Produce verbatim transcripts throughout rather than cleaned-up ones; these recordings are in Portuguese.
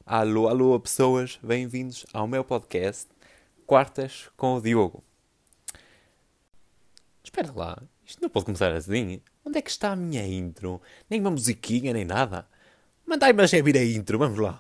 Alô, alô, pessoas, bem-vindos ao meu podcast Quartas com o Diogo. Espera lá, isto não pode começar assim. Onde é que está a minha intro? Nem uma musiquinha, nem nada. Mandai, mas é vir a intro, vamos lá.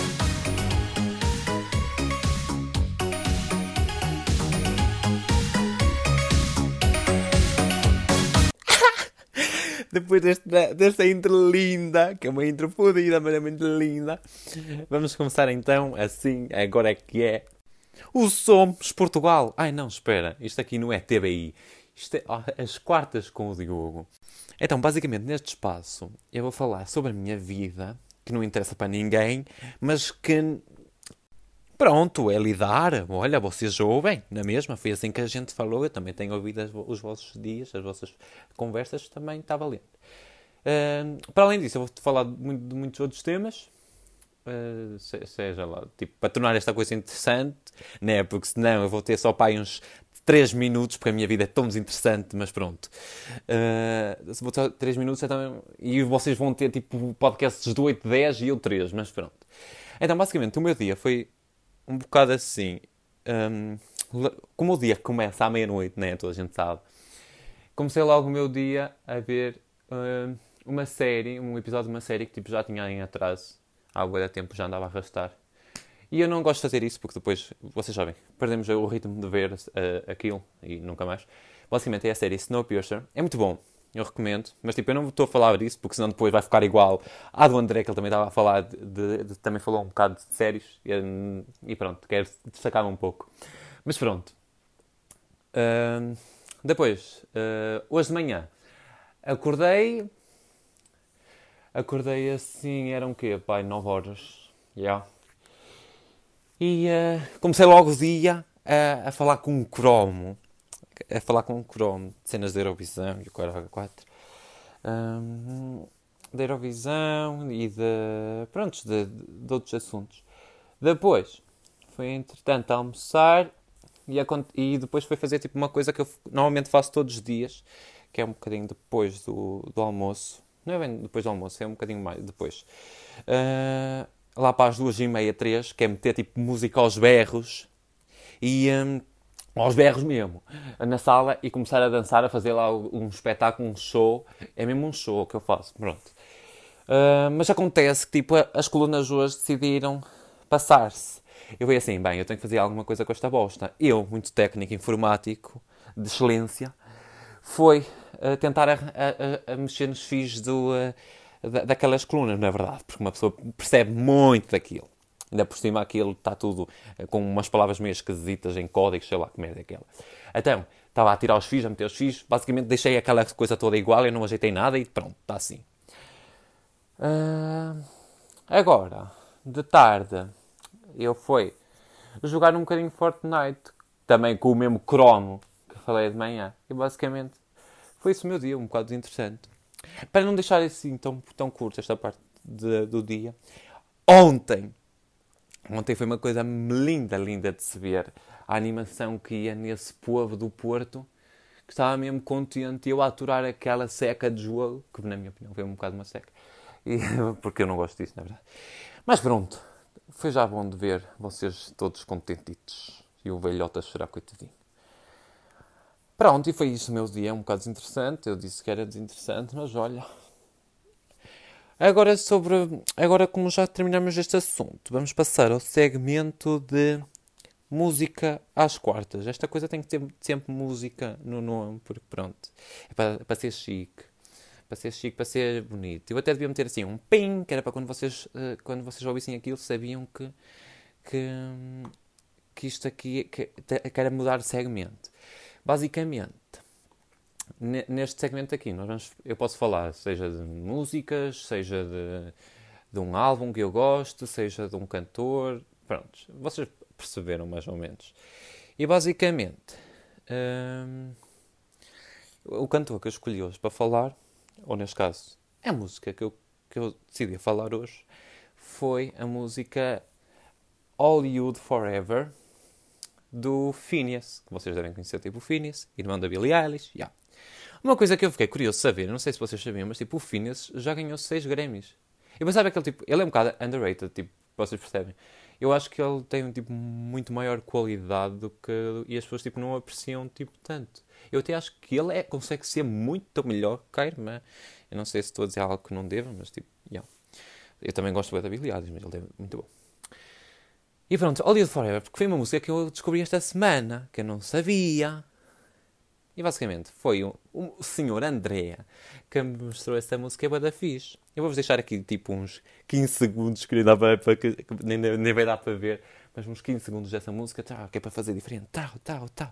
Depois desta, desta intro linda, que é uma intro fodida, mas é muito linda, vamos começar então assim, agora é que é. O Somos Portugal. Ai não, espera, isto aqui não é T B I. Isto é ah, as quartas com o Diogo. Então, basicamente, neste espaço, eu vou falar sobre a minha vida, que não interessa para ninguém, mas que, pronto, é lidar. Olha, vocês ouvem, na mesma, foi assim que a gente falou. Eu também tenho ouvido as, os vossos dias, as vossas conversas, também está valendo. Uh, para além disso, eu vou-te falar de, muito, de muitos outros temas. Uh, se, seja lá, tipo, para tornar esta coisa interessante, né? Porque senão eu vou ter só para aí uns três minutos, porque a minha vida é tão desinteressante, mas pronto. Uh, se vou ter três minutos, então, e vocês vão ter tipo podcasts de oito, dez e eu três, mas pronto. Então, basicamente, o meu dia foi um bocado assim. Um, como o dia começa à meia-noite, né? Toda a gente sabe. Comecei logo o meu dia a ver uh, uma série, um episódio de uma série que tipo, já tinha em atraso. Há bué de tempo já andava a arrastar. E eu não gosto de fazer isso porque depois, vocês sabem, perdemos o ritmo de ver uh, aquilo e nunca mais. Basicamente é a série Snowpiercer. É muito bom, eu recomendo. Mas tipo, eu não estou a falar disso porque senão depois vai ficar igual à do André, que ele também estava a falar, de, de, de, também falou um bocado de séries. E, e pronto, quero destacar um pouco. Mas pronto. Uh, depois, uh, hoje de manhã, acordei... Acordei assim, eram o quê? Pai, nove horas. Yeah. E uh, comecei logo o dia a, a falar com o Cromo. A falar com o Cromo de cenas da Eurovisão e o Caralho quatro. Um, da Eurovisão e de, pronto, de, de outros assuntos. Depois, foi entretanto a almoçar e, a, e depois foi fazer tipo uma coisa que eu normalmente faço todos os dias, que é um bocadinho depois do, do almoço. Não é bem depois do almoço, é um bocadinho mais depois. Uh, lá para as duas e meia, três, que é meter tipo música aos berros. E um, aos berros mesmo. Na sala e começar a dançar, a fazer lá um espetáculo, um show. É mesmo um show que eu faço, pronto. Uh, mas acontece que tipo, as colunas hoje decidiram passar-se. Eu falei assim, bem, eu tenho que fazer alguma coisa com esta bosta. Eu, muito técnico informático, de excelência, foi uh, tentar a, a, a mexer nos fios do, uh, da, daquelas colunas, não é verdade? Porque uma pessoa percebe muito daquilo. Ainda por cima aquilo está tudo uh, com umas palavras meio esquisitas em códigos, sei lá que merda é aquela. Então, estava a tirar os fios, a meter os fios, basicamente deixei aquela coisa toda igual, eu não ajeitei nada e pronto, está assim. Uh, agora, de tarde, eu fui jogar um bocadinho Fortnite, também com o mesmo cromo que falei de manhã. E basicamente foi isso o meu dia, um bocado desinteressante. Para não deixar assim tão, tão curto esta parte de, do dia, ontem, ontem foi uma coisa linda, linda de se ver. A animação que ia nesse povo do Porto, que estava mesmo contente, eu a aturar aquela seca de jogo, que na minha opinião foi um bocado uma seca, e, porque eu não gosto disso, na verdade. Mas pronto, foi já bom de ver vocês todos contentitos e o velhote a chorar, coitadinho. Pronto, e foi isso o meu dia, um bocado desinteressante. Eu disse que era desinteressante, mas olha. Agora sobre. Agora, como já terminamos este assunto, vamos passar ao segmento de música às quartas. Esta coisa tem que ter sempre música no nome, porque pronto. É para, para ser chique. Para ser chique, para ser bonito. Eu até devia meter assim um ping, que era para quando vocês, quando vocês ouvissem aquilo, sabiam que, que, que isto aqui, que, que era mudar de segmento. Basicamente, neste segmento aqui, nós vamos, eu posso falar, seja de músicas, seja de, de um álbum que eu gosto, seja de um cantor, pronto, vocês perceberam mais ou menos. E basicamente, hum, o cantor que eu escolhi hoje para falar, ou neste caso, a música que eu, que eu decidi falar hoje, foi a música Hollywood Forever, do Phineas, que vocês devem conhecer, tipo o Phineas, irmão da Billie Eilish. Yeah. Uma coisa que eu fiquei curioso de saber, não sei se vocês sabiam, mas tipo o Phineas já ganhou seis Grammys. Eu pensava que ele, tipo, ele é um bocado underrated, tipo, Vocês percebem? Eu acho que ele tem um tipo muito maior qualidade do que... E as pessoas tipo não apreciam tipo tanto. Eu até acho que ele é, consegue ser muito melhor que a irmã. Eu não sei se estou a dizer algo que não devo, mas tipo, yeah. Eu também gosto da Billie Eilish, mas ele é muito bom. E pronto, All You Forever, porque foi uma música que eu descobri esta semana, que eu não sabia. E basicamente foi o, o senhor André que me mostrou essa música, é bué da fixe. Eu vou-vos deixar aqui tipo uns quinze segundos, que nem, dá para, para, que nem, nem vai dar para ver, mas uns quinze segundos dessa música, tal, que é para fazer diferente, tal, tal, tal.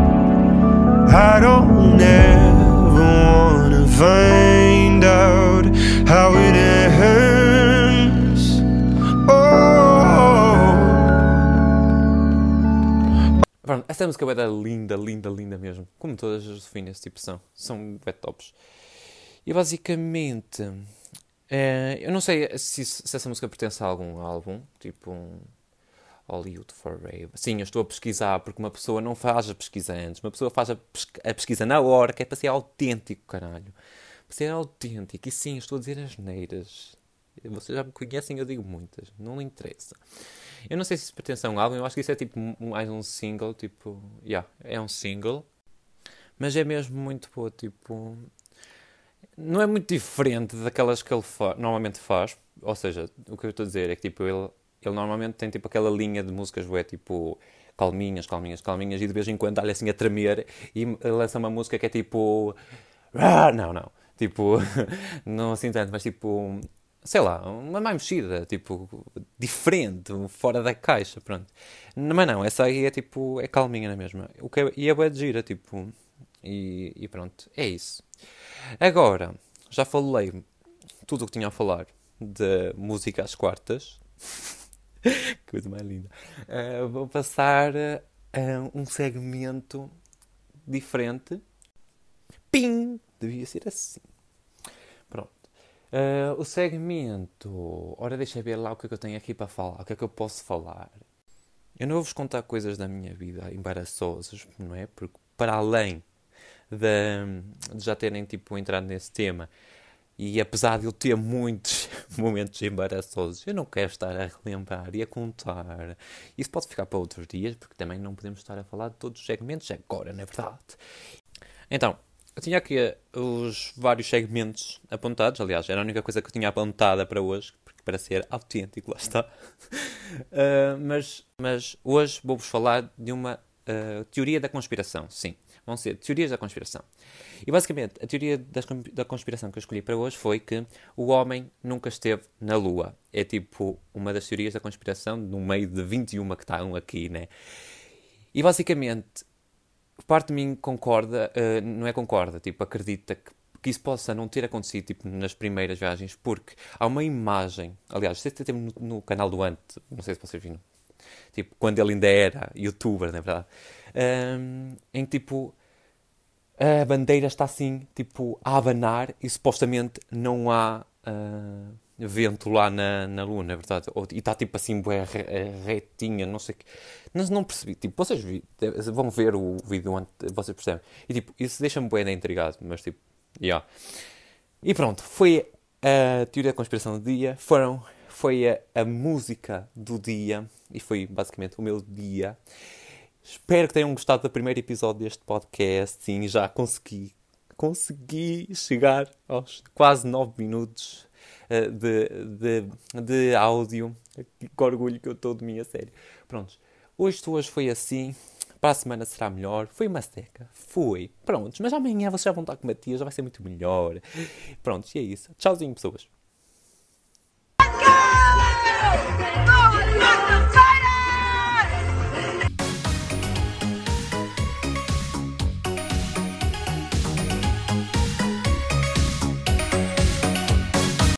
I don't ever wanna find out how it ends. Oh. Pronto, essa música é linda, linda, linda mesmo. Como todas as do Fini, esse tipo são. São bem tops. E basicamente, é, eu não sei se, se essa música pertence a algum álbum, tipo um Hollywood Forever. Sim, eu estou a pesquisar, porque uma pessoa não faz a pesquisa antes. Uma pessoa faz a, pesca, a pesquisa na hora, que é para ser autêntico, caralho. Para ser autêntico. E sim, eu estou a dizer as neiras. Vocês já me conhecem, eu digo muitas. Não lhe interessa. Eu não sei se isso pertence a um álbum. Eu acho que isso é tipo mais um single. Tipo, yeah, é um single. Mas é mesmo muito boa, tipo... Não é muito diferente daquelas que ele fa- normalmente faz. Ou seja, o que eu estou a dizer é que tipo, ele... Ele normalmente tem tipo aquela linha de músicas, ué, tipo calminhas, calminhas, calminhas, e de vez em quando olha assim a tremer e lança uma música que é tipo... Ah, não, não. Tipo, não assim tanto, mas tipo... Sei lá, uma mais mexida, tipo, diferente, fora da caixa, pronto. Mas não, essa aí é tipo, é calminha na mesma. O que é, e é bué de gira, tipo... E, e pronto, é isso. Agora, já falei tudo o que tinha a falar de música às quartas. Que coisa mais linda. Uh, vou passar a um segmento diferente. Pim! Devia ser assim. Pronto. Uh, o segmento... Ora, deixa eu ver lá o que é que eu tenho aqui para falar. O que é que eu posso falar. Eu não vou-vos contar coisas da minha vida embaraçosas, não é? Porque para além de, de já terem tipo entrado nesse tema... E apesar de eu ter muitos momentos embaraçosos, eu não quero estar a relembrar e a contar. Isso pode ficar para outros dias, porque também não podemos estar a falar de todos os segmentos agora, não é verdade? Então, eu tinha aqui os vários segmentos apontados. Aliás, era a única coisa que eu tinha apontada para hoje, porque para ser autêntico, lá está. Uh, mas, mas hoje vou-vos falar de uma uh, teoria da conspiração, sim. Vão ser teorias da conspiração. E basicamente, a teoria da conspiração que eu escolhi para hoje foi que o homem nunca esteve na Lua. É tipo uma das teorias da conspiração, no meio de vinte e uma que estão aqui, né? E basicamente, parte de mim concorda, uh, não é concorda, tipo, acredita que, que isso possa não ter acontecido tipo, nas primeiras viagens, porque há uma imagem, aliás, isto até temos no, no canal do Ant, não sei se vocês viram, tipo, quando ele ainda era youtuber, não é verdade? Um, em que tipo a bandeira está assim tipo a abanar e supostamente não há uh, vento lá na, na lua, não é verdade? Ou, e está tipo assim bué, retinha, não sei o que. Não, não percebi, tipo, vocês vi, vão ver o vídeo antes, vocês percebem. E tipo, isso deixa-me bué intrigado, mas tipo, yeah. E pronto, foi a teoria da conspiração do dia, foram, foi a, a música do dia e foi basicamente o meu dia. Espero que tenham gostado do primeiro episódio deste podcast. Sim, já consegui. Consegui chegar aos quase nove minutos uh, de, de, de áudio. Que orgulho que eu estou de mim, a sério. Prontos. Hoje, hoje foi assim. Para a semana será melhor. Foi uma seca. Foi. Prontos. Mas amanhã vocês já vão estar com o Matias. Já vai ser muito melhor. Prontos. E é isso. Tchauzinho, pessoas.